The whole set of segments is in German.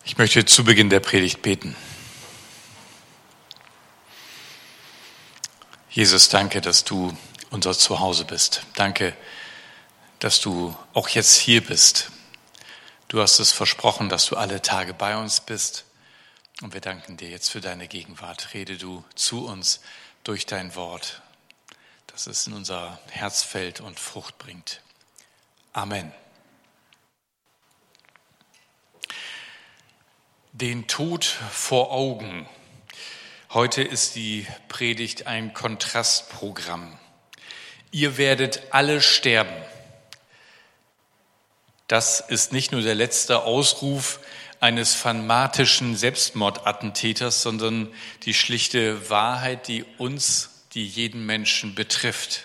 Ich möchte zu Beginn der Predigt beten. Jesus, danke, dass du unser Zuhause bist. Danke, dass du auch jetzt hier bist. Du hast es versprochen, dass du alle Tage bei uns bist. Und wir danken dir jetzt für deine Gegenwart. Rede du zu uns durch dein Wort, dass es in unser Herz fällt und Frucht bringt. Amen. Den Tod vor Augen. Heute ist die Predigt ein Kontrastprogramm. Ihr werdet alle sterben. Das ist nicht nur der letzte Ausruf eines fanatischen Selbstmordattentäters, sondern die schlichte Wahrheit, die jeden Menschen betrifft.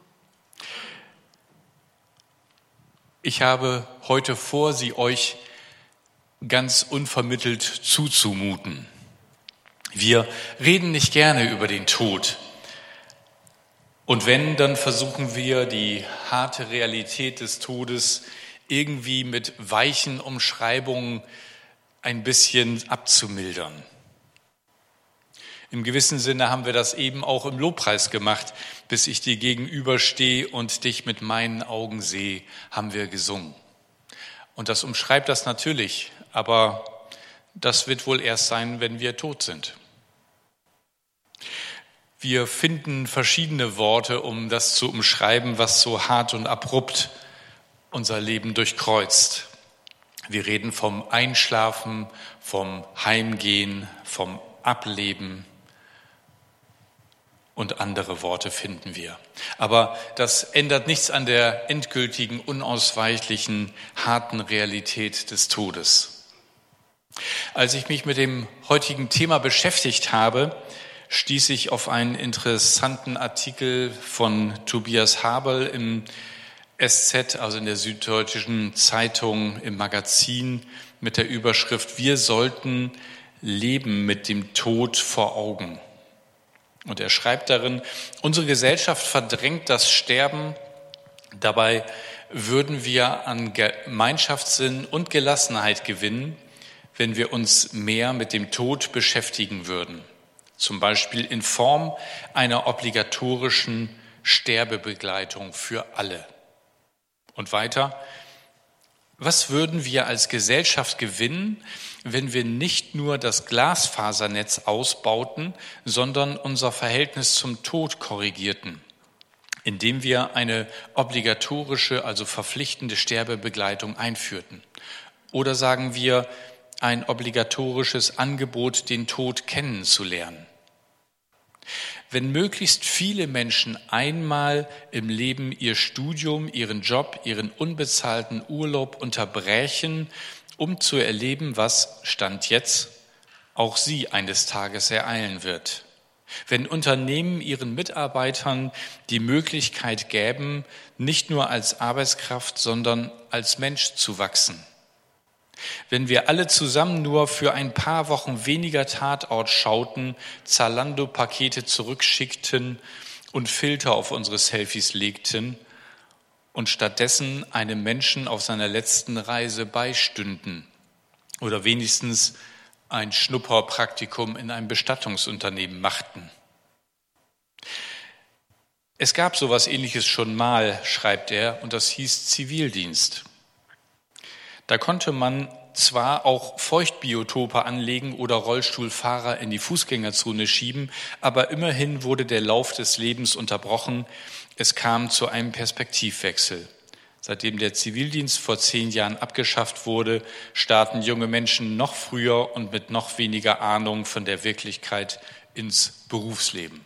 Ich habe heute vor, sie euch ganz unvermittelt zuzumuten. Wir reden nicht gerne über den Tod. Und wenn, dann versuchen wir, die harte Realität des Todes irgendwie mit weichen Umschreibungen ein bisschen abzumildern. Im gewissen Sinne haben wir das eben auch im Lobpreis gemacht. Bis ich dir gegenüberstehe und dich mit meinen Augen sehe, haben wir gesungen. Und das umschreibt das natürlich, aber das wird wohl erst sein, wenn wir tot sind. Wir finden verschiedene Worte, um das zu umschreiben, was so hart und abrupt unser Leben durchkreuzt. Wir reden vom Einschlafen, vom Heimgehen, vom Ableben und andere Worte finden wir. Aber das ändert nichts an der endgültigen, unausweichlichen, harten Realität des Todes. Als ich mich mit dem heutigen Thema beschäftigt habe, stieß ich auf einen interessanten Artikel von Tobias Haberl im SZ, also in der Süddeutschen Zeitung, im Magazin mit der Überschrift „Wir sollten leben mit dem Tod vor Augen". Und er schreibt darin: Unsere Gesellschaft verdrängt das Sterben, dabei würden wir an Gemeinschaftssinn und Gelassenheit gewinnen, wenn wir uns mehr mit dem Tod beschäftigen würden. Zum Beispiel in Form einer obligatorischen Sterbebegleitung für alle. Und weiter: Was würden wir als Gesellschaft gewinnen, wenn wir nicht nur das Glasfasernetz ausbauten, sondern unser Verhältnis zum Tod korrigierten, indem wir eine obligatorische, also verpflichtende Sterbebegleitung einführten? Oder sagen wir, ein obligatorisches Angebot, den Tod kennenzulernen? Wenn möglichst viele Menschen einmal im Leben ihr Studium, ihren Job, ihren unbezahlten Urlaub unterbrechen, um zu erleben, was, Stand jetzt, auch sie eines Tages ereilen wird. Wenn Unternehmen ihren Mitarbeitern die Möglichkeit gäben, nicht nur als Arbeitskraft, sondern als Mensch zu wachsen. Wenn wir alle zusammen nur für ein paar Wochen weniger Tatort schauten, Zalando-Pakete zurückschickten und Filter auf unsere Selfies legten und stattdessen einem Menschen auf seiner letzten Reise beistünden oder wenigstens ein Schnupperpraktikum in einem Bestattungsunternehmen machten. Es gab sowas Ähnliches schon mal, schreibt er, und das hieß Zivildienst. Da konnte man zwar auch Feuchtbiotope anlegen oder Rollstuhlfahrer in die Fußgängerzone schieben, aber immerhin wurde der Lauf des Lebens unterbrochen. Es kam zu einem Perspektivwechsel. Seitdem der Zivildienst vor 10 Jahren abgeschafft wurde, starten junge Menschen noch früher und mit noch weniger Ahnung von der Wirklichkeit ins Berufsleben.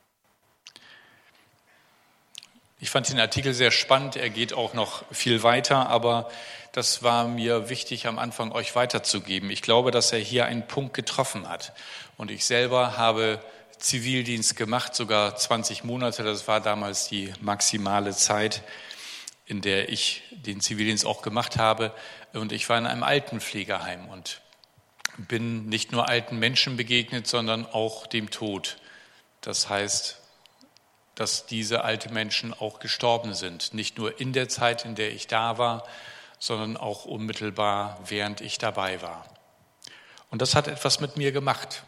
Ich fand den Artikel sehr spannend, er geht auch noch viel weiter, aber das war mir wichtig, am Anfang euch weiterzugeben. Ich glaube, dass er hier einen Punkt getroffen hat. Und ich selber habe Zivildienst gemacht, sogar 20 Monate. Das war damals die maximale Zeit, in der ich den Zivildienst auch gemacht habe. Und ich war in einem Altenpflegeheim und bin nicht nur alten Menschen begegnet, sondern auch dem Tod. Das heißt, dass diese alten Menschen auch gestorben sind. Nicht nur in der Zeit, in der ich da war, sondern auch unmittelbar, während ich dabei war. Und das hat etwas mit mir gemacht.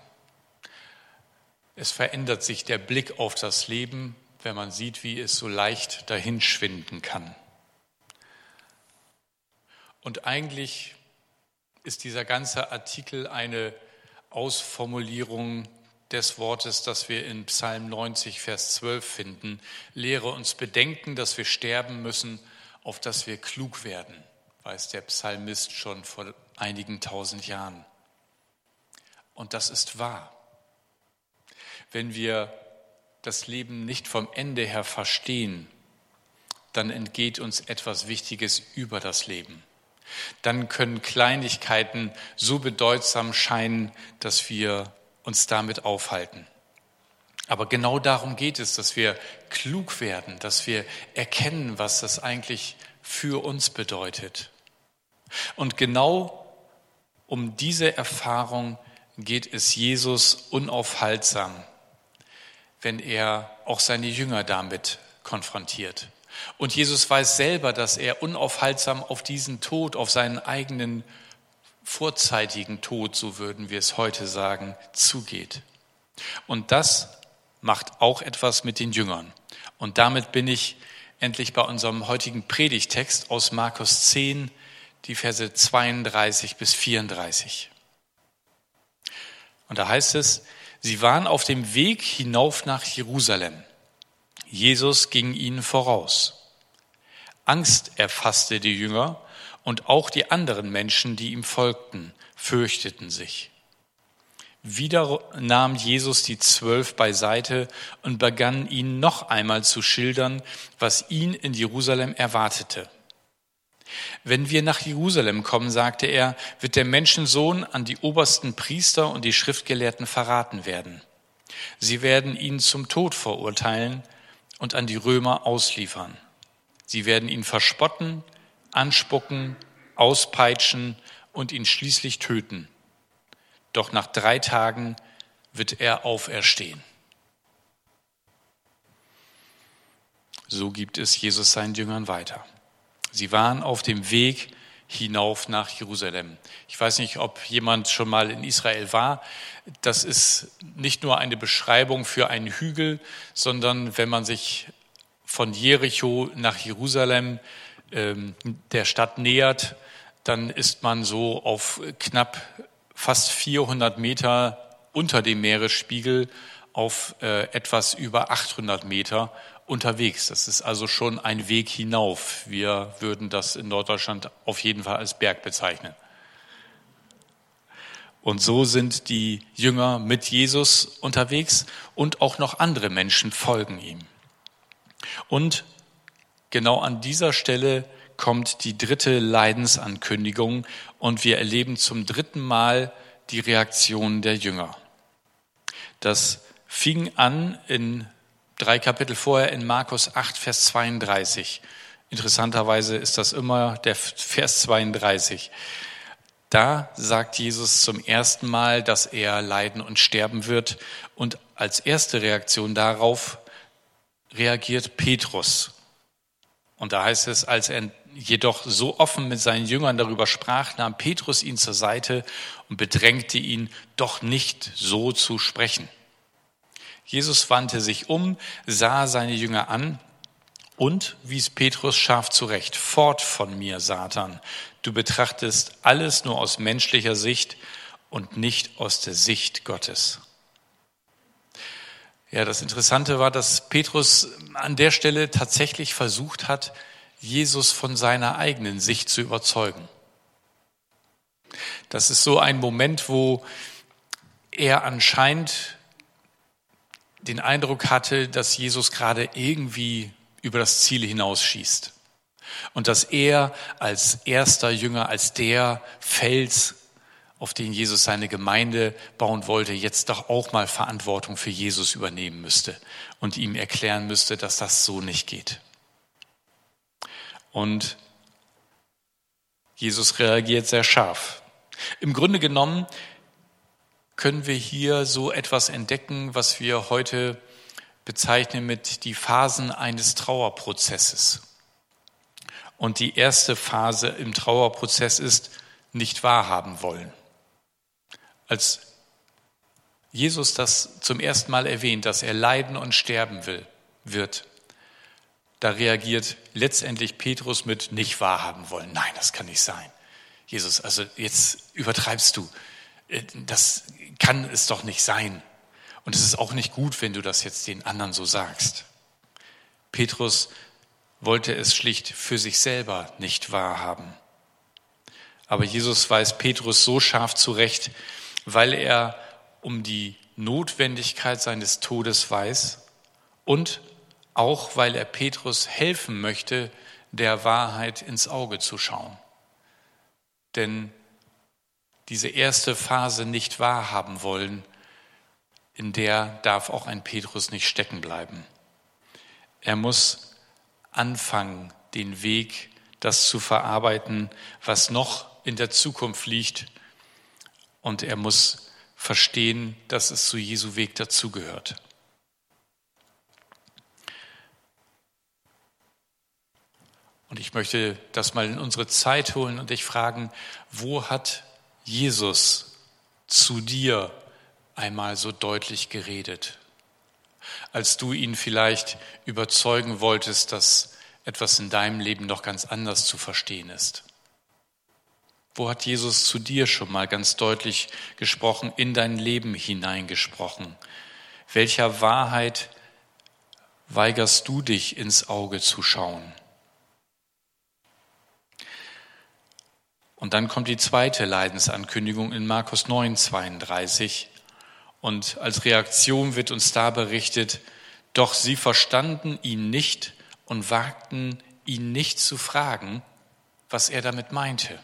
Es verändert sich der Blick auf das Leben, wenn man sieht, wie es so leicht dahinschwinden kann. Und eigentlich ist dieser ganze Artikel eine Ausformulierung des Wortes, das wir in Psalm 90, Vers 12 finden. Lehre uns bedenken, dass wir sterben müssen, auf dass wir klug werden, weiß der Psalmist schon vor einigen tausend Jahren. Und das ist wahr. Wenn wir das Leben nicht vom Ende her verstehen, dann entgeht uns etwas Wichtiges über das Leben. Dann können Kleinigkeiten so bedeutsam scheinen, dass wir uns damit aufhalten. Aber genau darum geht es, dass wir klug werden, dass wir erkennen, was das eigentlich für uns bedeutet. Und genau um diese Erfahrung geht es Jesus unaufhaltsam, wenn er auch seine Jünger damit konfrontiert. Und Jesus weiß selber, dass er unaufhaltsam auf diesen Tod, auf seinen eigenen vorzeitigen Tod, so würden wir es heute sagen, zugeht. Und das macht auch etwas mit den Jüngern. Und damit bin ich endlich bei unserem heutigen Predigtext aus Markus 10, die Verse 32 bis 34. Und da heißt es, sie waren auf dem Weg hinauf nach Jerusalem. Jesus ging ihnen voraus. Angst erfasste die Jünger und auch die anderen Menschen, die ihm folgten, fürchteten sich. Wieder nahm Jesus die 12 beiseite und begann ihnen noch einmal zu schildern, was ihn in Jerusalem erwartete. Wenn wir nach Jerusalem kommen, sagte er, wird der Menschensohn an die obersten Priester und die Schriftgelehrten verraten werden. Sie werden ihn zum Tod verurteilen und an die Römer ausliefern. Sie werden ihn verspotten, anspucken, auspeitschen und ihn schließlich töten. Doch nach 3 Tagen wird er auferstehen. So gibt es Jesus seinen Jüngern weiter. Sie waren auf dem Weg hinauf nach Jerusalem. Ich weiß nicht, ob jemand schon mal in Israel war. Das ist nicht nur eine Beschreibung für einen Hügel, sondern wenn man sich von Jericho nach Jerusalem, der Stadt nähert, dann ist man so auf knapp fast 400 Meter unter dem Meeresspiegel auf etwas über 800 Meter unterwegs. Das ist also schon ein Weg hinauf. Wir würden das in Norddeutschland auf jeden Fall als Berg bezeichnen. Und so sind die Jünger mit Jesus unterwegs und auch noch andere Menschen folgen ihm. Und genau an dieser Stelle kommt die 3. Leidensankündigung und wir erleben zum 3. Mal die Reaktion der Jünger. Das fing an in 3 Kapitel vorher in Markus 8, Vers 32. Interessanterweise ist das immer der Vers 32. Da sagt Jesus zum ersten Mal, dass er leiden und sterben wird. Und als erste Reaktion darauf reagiert Petrus. Und da heißt es, als er jedoch so offen mit seinen Jüngern darüber sprach, nahm Petrus ihn zur Seite und bedrängte ihn, doch nicht so zu sprechen. Jesus wandte sich um, sah seine Jünger an und wies Petrus scharf zurecht. Fort von mir, Satan. Du betrachtest alles nur aus menschlicher Sicht und nicht aus der Sicht Gottes. Ja, das Interessante war, dass Petrus an der Stelle tatsächlich versucht hat, Jesus von seiner eigenen Sicht zu überzeugen. Das ist so ein Moment, wo er anscheinend den Eindruck hatte, dass Jesus gerade irgendwie über das Ziel hinausschießt. Und dass er als erster Jünger, als der Fels, auf den Jesus seine Gemeinde bauen wollte, jetzt doch auch mal Verantwortung für Jesus übernehmen müsste und ihm erklären müsste, dass das so nicht geht. Und Jesus reagiert sehr scharf. Im Grunde genommen können wir hier so etwas entdecken, was wir heute bezeichnen mit die Phasen eines Trauerprozesses. Und die erste Phase im Trauerprozess ist nicht wahrhaben wollen. Als Jesus das zum ersten Mal erwähnt, dass er leiden und sterben wird, da reagiert letztendlich Petrus mit nicht wahrhaben wollen. Nein, das kann nicht sein. Jesus, also jetzt übertreibst du. Das kann es doch nicht sein. Und es ist auch nicht gut, wenn du das jetzt den anderen so sagst. Petrus wollte es schlicht für sich selber nicht wahrhaben. Aber Jesus weist Petrus so scharf zurecht, weil er um die Notwendigkeit seines Todes weiß und auch weil er Petrus helfen möchte, der Wahrheit ins Auge zu schauen. Denn diese erste Phase nicht wahrhaben wollen, in der darf auch ein Petrus nicht stecken bleiben. Er muss anfangen, den Weg, das zu verarbeiten, was noch in der Zukunft liegt. Und er muss verstehen, dass es zu Jesu Weg dazugehört. Und ich möchte das mal in unsere Zeit holen und dich fragen, wo hat Jesus zu dir einmal so deutlich geredet? Als du ihn vielleicht überzeugen wolltest, dass etwas in deinem Leben noch ganz anders zu verstehen ist. Wo hat Jesus zu dir schon mal ganz deutlich gesprochen, in dein Leben hineingesprochen? Welcher Wahrheit weigerst du dich ins Auge zu schauen? Und dann kommt die zweite Leidensankündigung in Markus 9,32. Und als Reaktion wird uns da berichtet, doch sie verstanden ihn nicht und wagten ihn nicht zu fragen, was er damit meinte.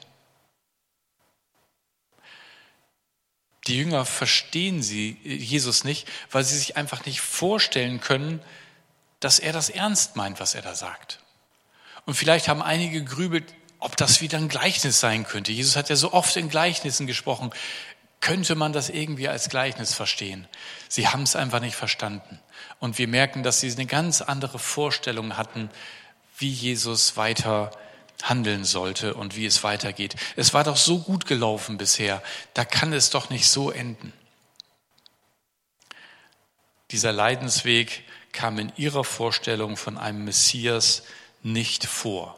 Die Jünger verstehen Jesus nicht, weil sie sich einfach nicht vorstellen können, dass er das ernst meint, was er da sagt. Und vielleicht haben einige gegrübelt, ob das wieder ein Gleichnis sein könnte. Jesus hat ja so oft in Gleichnissen gesprochen. Könnte man das irgendwie als Gleichnis verstehen? Sie haben es einfach nicht verstanden. Und wir merken, dass sie eine ganz andere Vorstellung hatten, wie Jesus weiter handeln sollte und wie es weitergeht. Es war doch so gut gelaufen bisher. Da kann es doch nicht so enden. Dieser Leidensweg kam in ihrer Vorstellung von einem Messias nicht vor.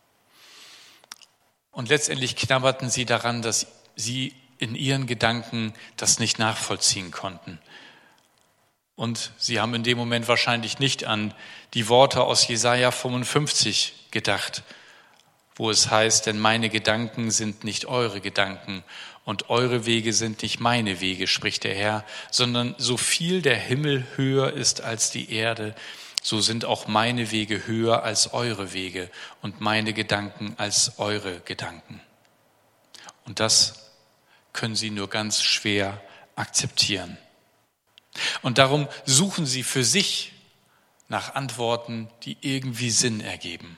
Und letztendlich knabberten sie daran, dass sie in ihren Gedanken das nicht nachvollziehen konnten. Und sie haben in dem Moment wahrscheinlich nicht an die Worte aus Jesaja 55 gedacht, wo es heißt, denn meine Gedanken sind nicht eure Gedanken und eure Wege sind nicht meine Wege, spricht der Herr, sondern so viel der Himmel höher ist als die Erde, so sind auch meine Wege höher als eure Wege und meine Gedanken als eure Gedanken. Und das können sie nur ganz schwer akzeptieren. Und darum suchen sie für sich nach Antworten, die irgendwie Sinn ergeben.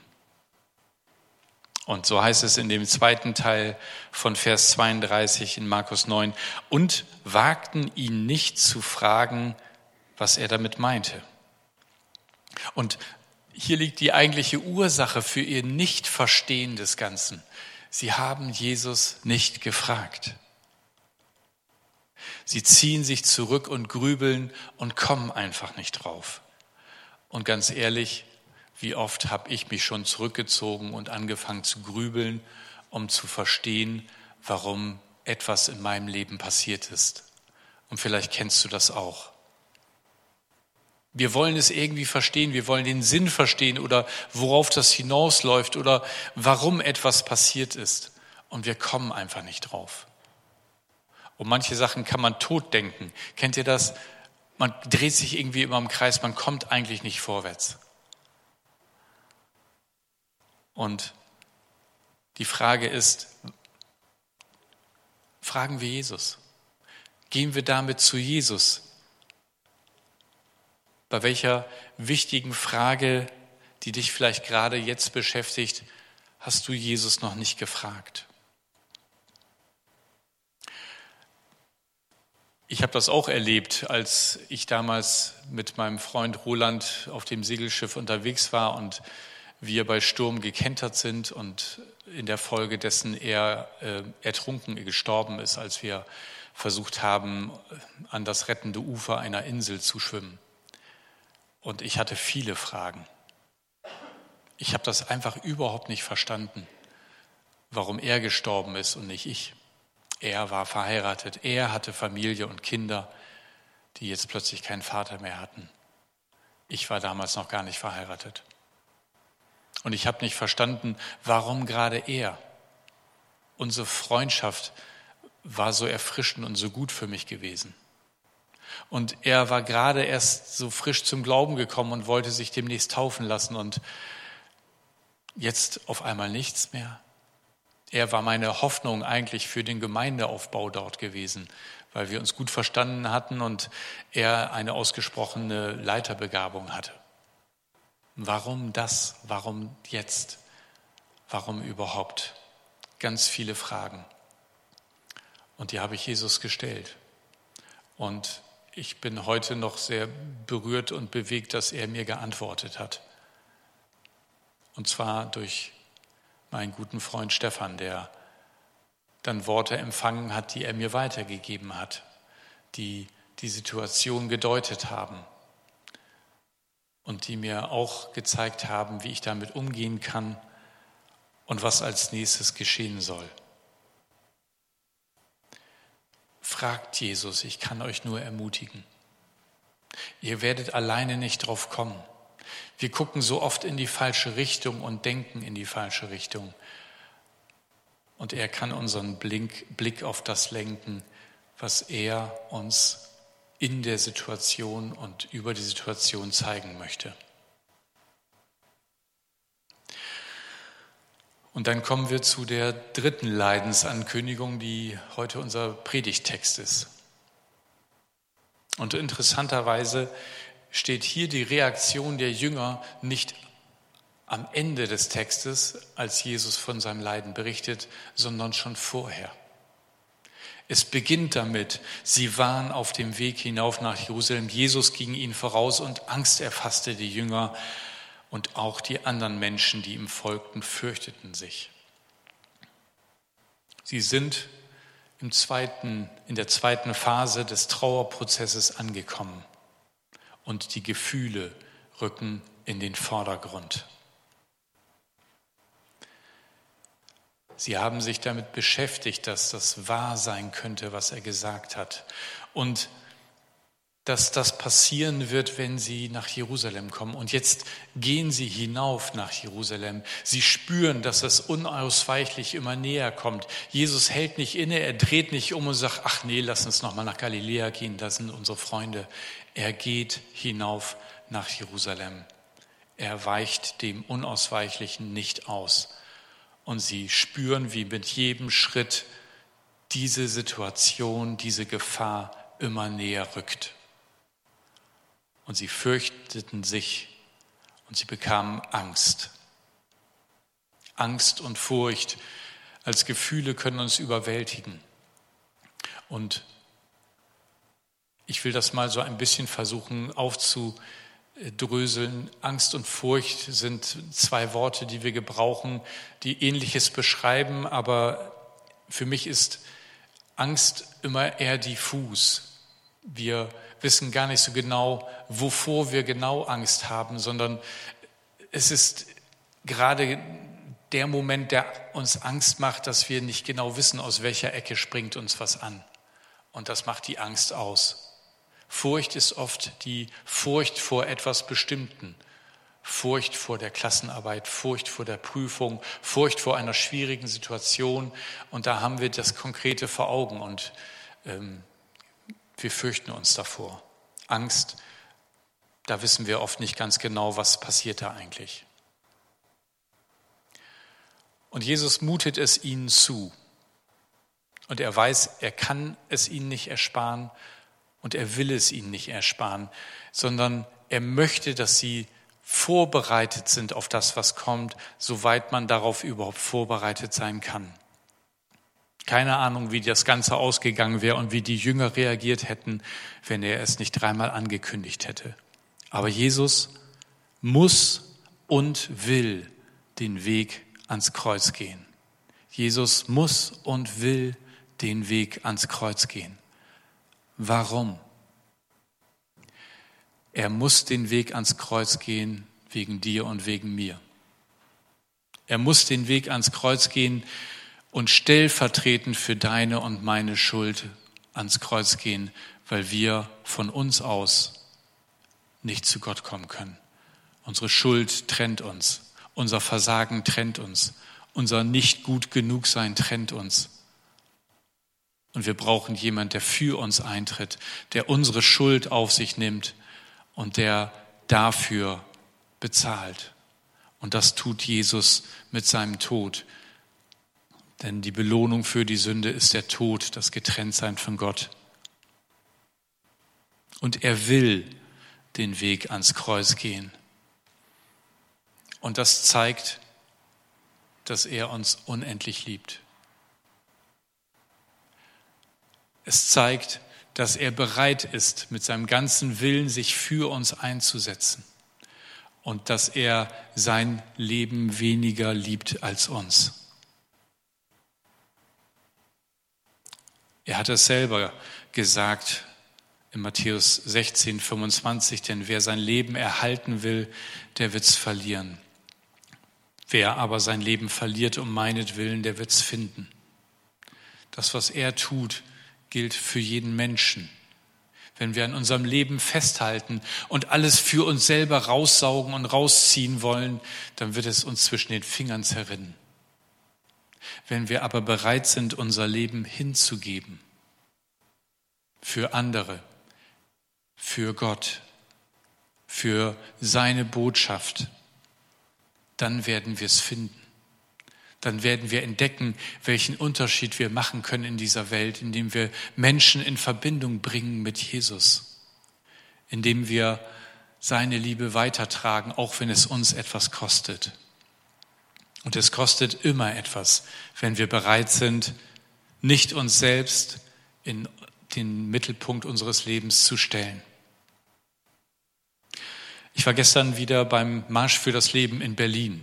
Und so heißt es in dem zweiten Teil von Vers 32 in Markus 9, und wagten ihn nicht zu fragen, was er damit meinte. Und hier liegt die eigentliche Ursache für ihr Nichtverstehen des Ganzen. Sie haben Jesus nicht gefragt. Sie ziehen sich zurück und grübeln und kommen einfach nicht drauf. Und ganz ehrlich, wie oft habe ich mich schon zurückgezogen und angefangen zu grübeln, um zu verstehen, warum etwas in meinem Leben passiert ist. Und vielleicht kennst du das auch. Wir wollen es irgendwie verstehen, wir wollen den Sinn verstehen oder worauf das hinausläuft oder warum etwas passiert ist. Und wir kommen einfach nicht drauf. Und manche Sachen kann man totdenken. Kennt ihr das? Man dreht sich irgendwie immer im Kreis, man kommt eigentlich nicht vorwärts. Und die Frage ist, fragen wir Jesus? Gehen wir damit zu Jesus? Bei welcher wichtigen Frage, die dich vielleicht gerade jetzt beschäftigt, hast du Jesus noch nicht gefragt? Ich habe das auch erlebt, als ich damals mit meinem Freund Roland auf dem Segelschiff unterwegs war und wir bei Sturm gekentert sind und in der Folge dessen er ertrunken gestorben ist, als wir versucht haben, an das rettende Ufer einer Insel zu schwimmen. Und ich hatte viele Fragen. Ich habe das einfach überhaupt nicht verstanden, warum er gestorben ist und nicht ich. Er war verheiratet, er hatte Familie und Kinder, die jetzt plötzlich keinen Vater mehr hatten. Ich war damals noch gar nicht verheiratet. Und ich habe nicht verstanden, warum gerade er. Unsere Freundschaft war so erfrischend und so gut für mich gewesen. Und er war gerade erst so frisch zum Glauben gekommen und wollte sich demnächst taufen lassen und jetzt auf einmal nichts mehr. Er war meine Hoffnung eigentlich für den Gemeindeaufbau dort gewesen, weil wir uns gut verstanden hatten und er eine ausgesprochene Leiterbegabung hatte. Warum das? Warum jetzt? Warum überhaupt? Ganz viele Fragen. Und die habe ich Jesus gestellt. Und ich bin heute noch sehr berührt und bewegt, dass er mir geantwortet hat. Und zwar durch meinen guten Freund Stefan, der dann Worte empfangen hat, die er mir weitergegeben hat, die die Situation gedeutet haben und die mir auch gezeigt haben, wie ich damit umgehen kann und was als nächstes geschehen soll. Fragt Jesus, ich kann euch nur ermutigen. Ihr werdet alleine nicht drauf kommen. Wir gucken so oft in die falsche Richtung und denken in die falsche Richtung. Und er kann unseren Blick auf das lenken, was er uns in der Situation und über die Situation zeigen möchte. Und dann kommen wir zu der dritten Leidensankündigung, die heute unser Predigttext ist. Und interessanterweise steht hier die Reaktion der Jünger nicht am Ende des Textes, als Jesus von seinem Leiden berichtet, sondern schon vorher. Es beginnt damit, sie waren auf dem Weg hinauf nach Jerusalem, Jesus ging ihnen voraus und Angst erfasste die Jünger und auch die anderen Menschen, die ihm folgten, fürchteten sich. Sie sind in der zweiten Phase des Trauerprozesses angekommen und die Gefühle rücken in den Vordergrund. Sie haben sich damit beschäftigt, dass das wahr sein könnte, was er gesagt hat. Und dass das passieren wird, wenn sie nach Jerusalem kommen. Und jetzt gehen sie hinauf nach Jerusalem. Sie spüren, dass es unausweichlich immer näher kommt. Jesus hält nicht inne, er dreht nicht um und sagt, ach nee, lass uns nochmal nach Galiläa gehen, das sind unsere Freunde. Er geht hinauf nach Jerusalem. Er weicht dem Unausweichlichen nicht aus. Und sie spüren, wie mit jedem Schritt diese Situation, diese Gefahr immer näher rückt. Und sie fürchteten sich und sie bekamen Angst. Angst und Furcht als Gefühle können uns überwältigen. Und ich will das mal so ein bisschen versuchen aufzudröseln. Angst und Furcht sind zwei Worte, die wir gebrauchen, die Ähnliches beschreiben, aber für mich ist Angst immer eher diffus. Wir wissen gar nicht so genau, wovor wir genau Angst haben, sondern es ist gerade der Moment, der uns Angst macht, dass wir nicht genau wissen, aus welcher Ecke springt uns was an. Und das macht die Angst aus. Furcht ist oft die Furcht vor etwas Bestimmten. Furcht vor der Klassenarbeit, Furcht vor der Prüfung, Furcht vor einer schwierigen Situation. Und da haben wir das Konkrete vor Augen und wir fürchten uns davor. Angst, da wissen wir oft nicht ganz genau, was passiert da eigentlich. Und Jesus mutet es ihnen zu. Und er weiß, er kann es ihnen nicht ersparen und er will es ihnen nicht ersparen, sondern er möchte, dass sie vorbereitet sind auf das, was kommt, soweit man darauf überhaupt vorbereitet sein kann. Keine Ahnung, wie das Ganze ausgegangen wäre und wie die Jünger reagiert hätten, wenn er es nicht dreimal angekündigt hätte. Aber Jesus muss und will den Weg ans Kreuz gehen. Jesus muss und will den Weg ans Kreuz gehen. Warum? Er muss den Weg ans Kreuz gehen wegen dir und wegen mir. Er muss den Weg ans Kreuz gehen und stellvertretend für deine und meine Schuld ans Kreuz gehen, weil wir von uns aus nicht zu Gott kommen können. Unsere Schuld trennt uns, unser Versagen trennt uns, unser nicht gut genug sein trennt uns. Und wir brauchen jemanden, der für uns eintritt, der unsere Schuld auf sich nimmt und der dafür bezahlt. Und das tut Jesus mit seinem Tod. Denn die Belohnung für die Sünde ist der Tod, das Getrenntsein von Gott. Und er will den Weg ans Kreuz gehen. Und das zeigt, dass er uns unendlich liebt. Es zeigt, dass er bereit ist, mit seinem ganzen Willen sich für uns einzusetzen. Und dass er sein Leben weniger liebt als uns. Er hat es selber gesagt in Matthäus 16, 25, denn wer sein Leben erhalten will, der wird es verlieren. Wer aber sein Leben verliert um meinetwillen, der wird es finden. Das, was er tut, gilt für jeden Menschen. Wenn wir an unserem Leben festhalten und alles für uns selber raussaugen und rausziehen wollen, dann wird es uns zwischen den Fingern zerrinnen. Wenn wir aber bereit sind, unser Leben hinzugeben, für andere, für Gott, für seine Botschaft, dann werden wir es finden. Dann werden wir entdecken, welchen Unterschied wir machen können in dieser Welt, indem wir Menschen in Verbindung bringen mit Jesus, indem wir seine Liebe weitertragen, auch wenn es uns etwas kostet. Und es kostet immer etwas, wenn wir bereit sind, nicht uns selbst in den Mittelpunkt unseres Lebens zu stellen. Ich war gestern wieder beim Marsch für das Leben in Berlin.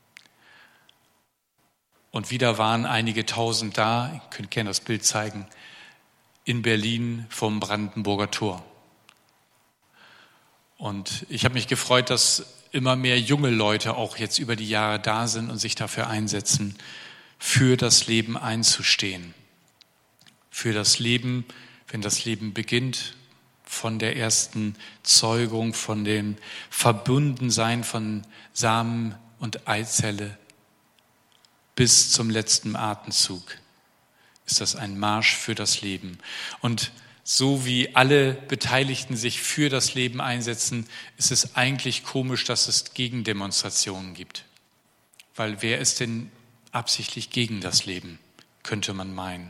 Und wieder waren einige Tausend da, ihr könnt gerne das Bild zeigen, in Berlin vom Brandenburger Tor. Und ich habe mich gefreut, dass immer mehr junge Leute auch jetzt über die Jahre da sind und sich dafür einsetzen, für das Leben einzustehen. Für das Leben, wenn das Leben beginnt, von der ersten Zeugung, von dem Verbundensein von Samen und Eizelle bis zum letzten Atemzug ist das ein Marsch für das Leben. Und so wie alle Beteiligten sich für das Leben einsetzen, ist es eigentlich komisch, dass es Gegendemonstrationen gibt. Weil wer ist denn absichtlich gegen das Leben, könnte man meinen.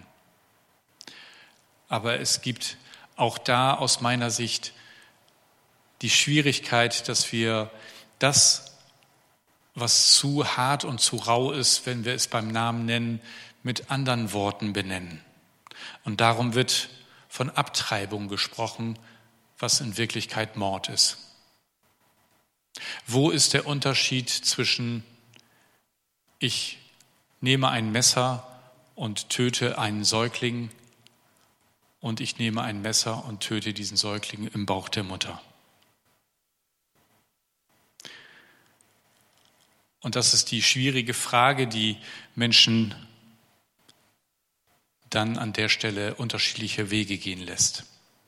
Aber es gibt auch da aus meiner Sicht die Schwierigkeit, dass wir das, was zu hart und zu rau ist, wenn wir es beim Namen nennen, mit anderen Worten benennen. Und darum wird von Abtreibung gesprochen, was in Wirklichkeit Mord ist. Wo ist der Unterschied zwischen ich nehme ein Messer und töte einen Säugling und ich nehme ein Messer und töte diesen Säugling im Bauch der Mutter? Und das ist die schwierige Frage, die Menschen dann an der Stelle unterschiedliche Wege gehen lässt.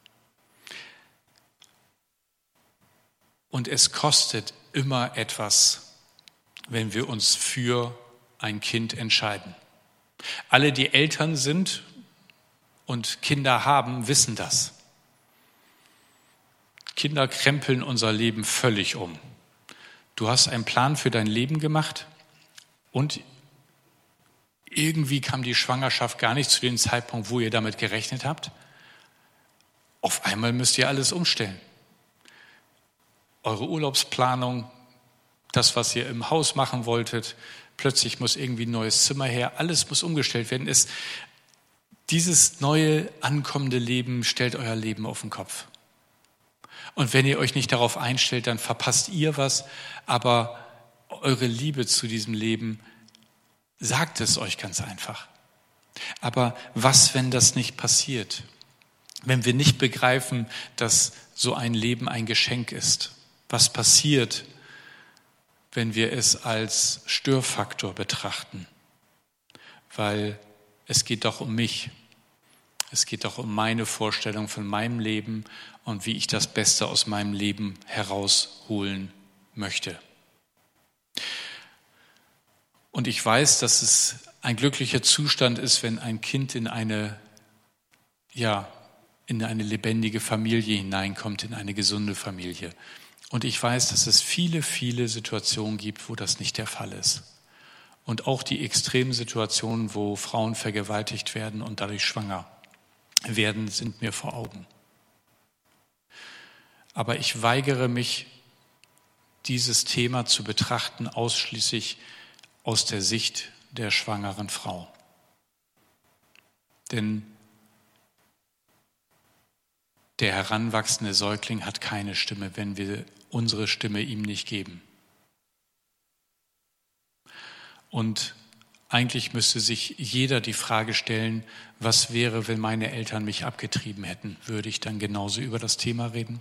Und es kostet immer etwas, wenn wir uns für ein Kind entscheiden. Alle, die Eltern sind und Kinder haben, wissen das. Kinder krempeln unser Leben völlig um. Du hast einen Plan für dein Leben gemacht und irgendwie kam die Schwangerschaft gar nicht zu dem Zeitpunkt, wo ihr damit gerechnet habt. Auf einmal müsst ihr alles umstellen. Eure Urlaubsplanung, das, was ihr im Haus machen wolltet, plötzlich muss irgendwie ein neues Zimmer her, alles muss umgestellt werden. Dieses neue, ankommende Leben stellt euer Leben auf den Kopf. Und wenn ihr euch nicht darauf einstellt, dann verpasst ihr was, aber eure Liebe zu diesem Leben sagt es euch ganz einfach. Aber was, wenn das nicht passiert? Wenn wir nicht begreifen, dass so ein Leben ein Geschenk ist? Was passiert, wenn wir es als Störfaktor betrachten? Weil es geht doch um mich. Es geht doch um meine Vorstellung von meinem Leben und wie ich das Beste aus meinem Leben herausholen möchte. Und ich weiß, dass es ein glücklicher Zustand ist, wenn ein Kind in eine lebendige Familie hineinkommt, in eine gesunde Familie. Und ich weiß, dass es viele, viele Situationen gibt, wo das nicht der Fall ist. Und auch die extremen Situationen, wo Frauen vergewaltigt werden und dadurch schwanger werden, sind mir vor Augen. Aber ich weigere mich, dieses Thema zu betrachten, ausschließlich aus der Sicht der schwangeren Frau. Denn der heranwachsende Säugling hat keine Stimme, wenn wir unsere Stimme ihm nicht geben. Und eigentlich müsste sich jeder die Frage stellen, was wäre, wenn meine Eltern mich abgetrieben hätten? Würde ich dann genauso über das Thema reden?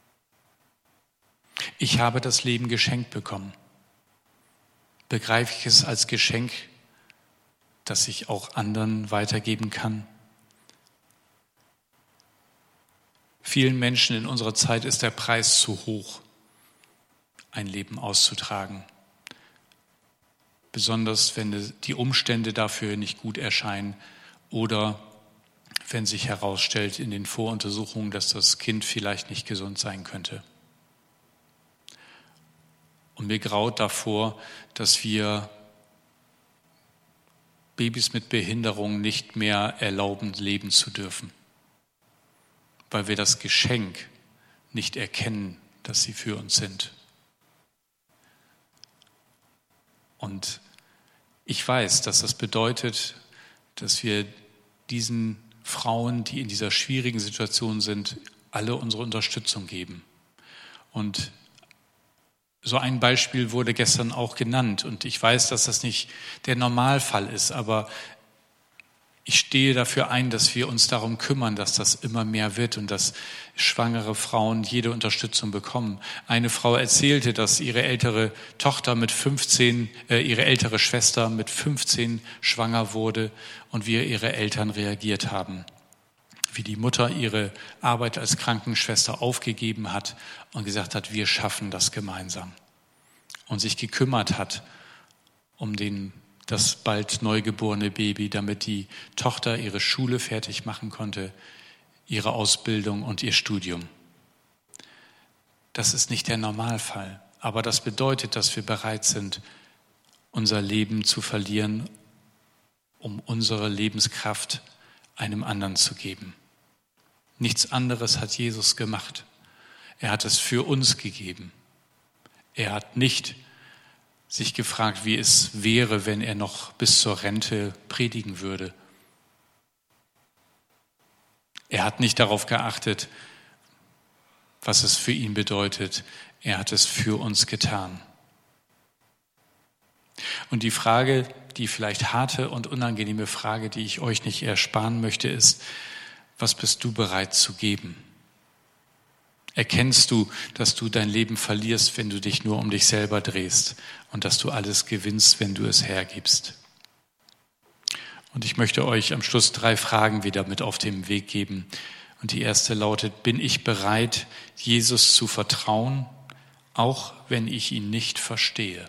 Ich habe das Leben geschenkt bekommen. Begreife ich es als Geschenk, das ich auch anderen weitergeben kann? Vielen Menschen in unserer Zeit ist der Preis zu hoch, ein Leben auszutragen. Besonders wenn die Umstände dafür nicht gut erscheinen oder wenn sich herausstellt in den Voruntersuchungen, dass das Kind vielleicht nicht gesund sein könnte. Und mir graut davor, dass wir Babys mit Behinderung nicht mehr erlauben, leben zu dürfen, weil wir das Geschenk nicht erkennen, dass sie für uns sind. Und ich weiß, dass das bedeutet, dass wir diesen Frauen, die in dieser schwierigen Situation sind, alle unsere Unterstützung geben. Und so ein Beispiel wurde gestern auch genannt. Und ich weiß, dass das nicht der Normalfall ist, aber ich stehe dafür ein, dass wir uns darum kümmern, dass das immer mehr wird und dass schwangere Frauen jede Unterstützung bekommen. Eine Frau erzählte, dass ihre ältere Schwester mit 15 schwanger wurde und wie ihre Eltern reagiert haben. Wie die Mutter ihre Arbeit als Krankenschwester aufgegeben hat und gesagt hat, wir schaffen das gemeinsam. Und sich gekümmert hat um das bald neugeborene Baby, damit die Tochter ihre Schule fertig machen konnte, ihre Ausbildung und ihr Studium. Das ist nicht der Normalfall, aber das bedeutet, dass wir bereit sind, unser Leben zu verlieren, um unsere Lebenskraft einem anderen zu geben. Nichts anderes hat Jesus gemacht. Er hat es für uns gegeben. Er hat nicht sich gefragt, wie es wäre, wenn er noch bis zur Rente predigen würde. Er hat nicht darauf geachtet, was es für ihn bedeutet. Er hat es für uns getan. Und die Frage, die vielleicht harte und unangenehme Frage, die ich euch nicht ersparen möchte, ist, was bist du bereit zu geben? Erkennst du, dass du dein Leben verlierst, wenn du dich nur um dich selber drehst und dass du alles gewinnst, wenn du es hergibst? Und ich möchte euch am Schluss 3 Fragen wieder mit auf den Weg geben. Und die erste lautet, bin ich bereit, Jesus zu vertrauen, auch wenn ich ihn nicht verstehe?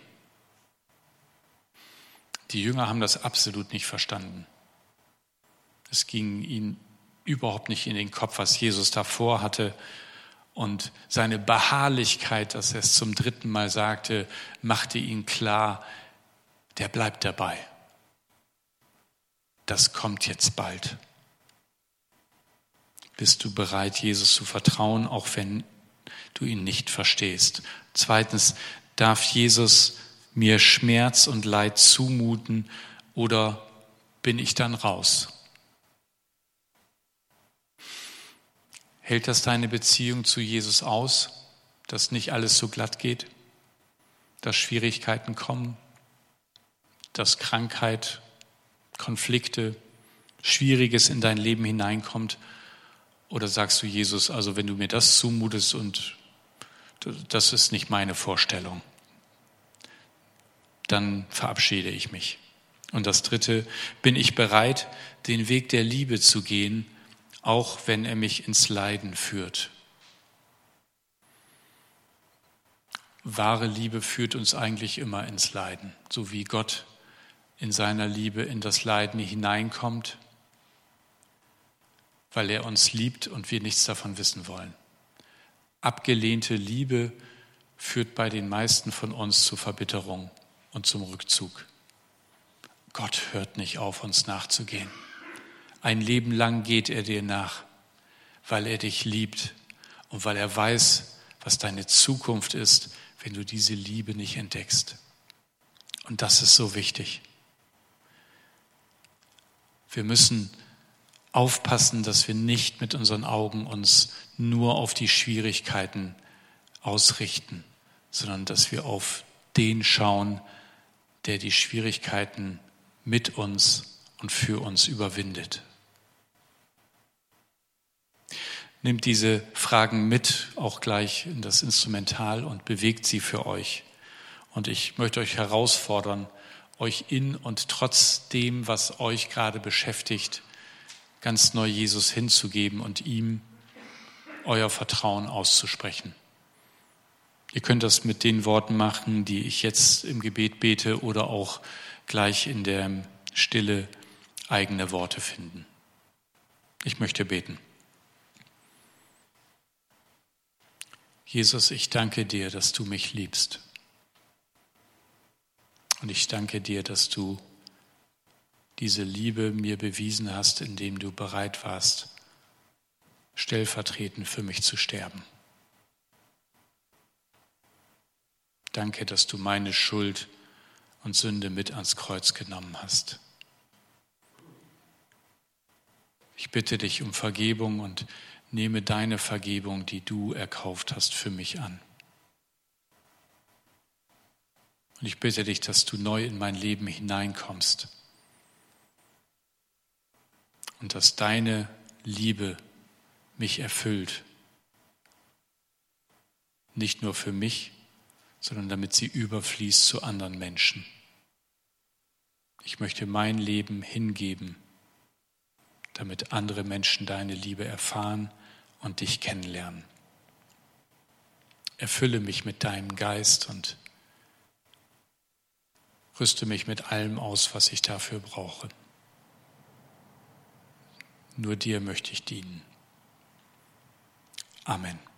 Die Jünger haben das absolut nicht verstanden. Es ging ihnen überhaupt nicht in den Kopf, was Jesus davor hatte. Und seine Beharrlichkeit, dass er es zum 3. Mal sagte, machte ihnen klar, der bleibt dabei. Das kommt jetzt bald. Bist du bereit, Jesus zu vertrauen, auch wenn du ihn nicht verstehst? 2. Darf Jesus mir Schmerz und Leid zumuten oder bin ich dann raus? Hält das deine Beziehung zu Jesus aus, dass nicht alles so glatt geht, dass Schwierigkeiten kommen, dass Krankheit, Konflikte, Schwieriges in dein Leben hineinkommt? Oder sagst du, Jesus, also wenn du mir das zumutest und das ist nicht meine Vorstellung, dann verabschiede ich mich. Und das Dritte, bin ich bereit, den Weg der Liebe zu gehen, auch wenn er mich ins Leiden führt? Wahre Liebe führt uns eigentlich immer ins Leiden, so wie Gott in seiner Liebe in das Leiden hineinkommt, weil er uns liebt und wir nichts davon wissen wollen. Abgelehnte Liebe führt bei den meisten von uns zur Verbitterung und zum Rückzug. Gott hört nicht auf, uns nachzugehen. Ein Leben lang geht er dir nach, weil er dich liebt und weil er weiß, was deine Zukunft ist, wenn du diese Liebe nicht entdeckst. Und das ist so wichtig. Wir müssen aufpassen, dass wir nicht mit unseren Augen uns nur auf die Schwierigkeiten ausrichten, sondern dass wir auf den schauen, der die Schwierigkeiten mit uns und für uns überwindet. Nehmt diese Fragen mit, auch gleich in das Instrumental und bewegt sie für euch. Und ich möchte euch herausfordern, euch in und trotz dem, was euch gerade beschäftigt, ganz neu Jesus hinzugeben und ihm euer Vertrauen auszusprechen. Ihr könnt das mit den Worten machen, die ich jetzt im Gebet bete oder auch gleich in der Stille eigene Worte finden. Ich möchte beten. Jesus, ich danke dir, dass du mich liebst. Und ich danke dir, dass du diese Liebe mir bewiesen hast, indem du bereit warst, stellvertretend für mich zu sterben. Danke, dass du meine Schuld und Sünde mit ans Kreuz genommen hast. Ich bitte dich um Vergebung und nehme deine Vergebung, die du erkauft hast, für mich an. Und ich bitte dich, dass du neu in mein Leben hineinkommst und dass deine Liebe mich erfüllt. Nicht nur für mich, sondern damit sie überfließt zu anderen Menschen. Ich möchte mein Leben hingeben, damit andere Menschen deine Liebe erfahren und dich kennenlernen. Erfülle mich mit deinem Geist und rüste mich mit allem aus, was ich dafür brauche. Nur dir möchte ich dienen. Amen.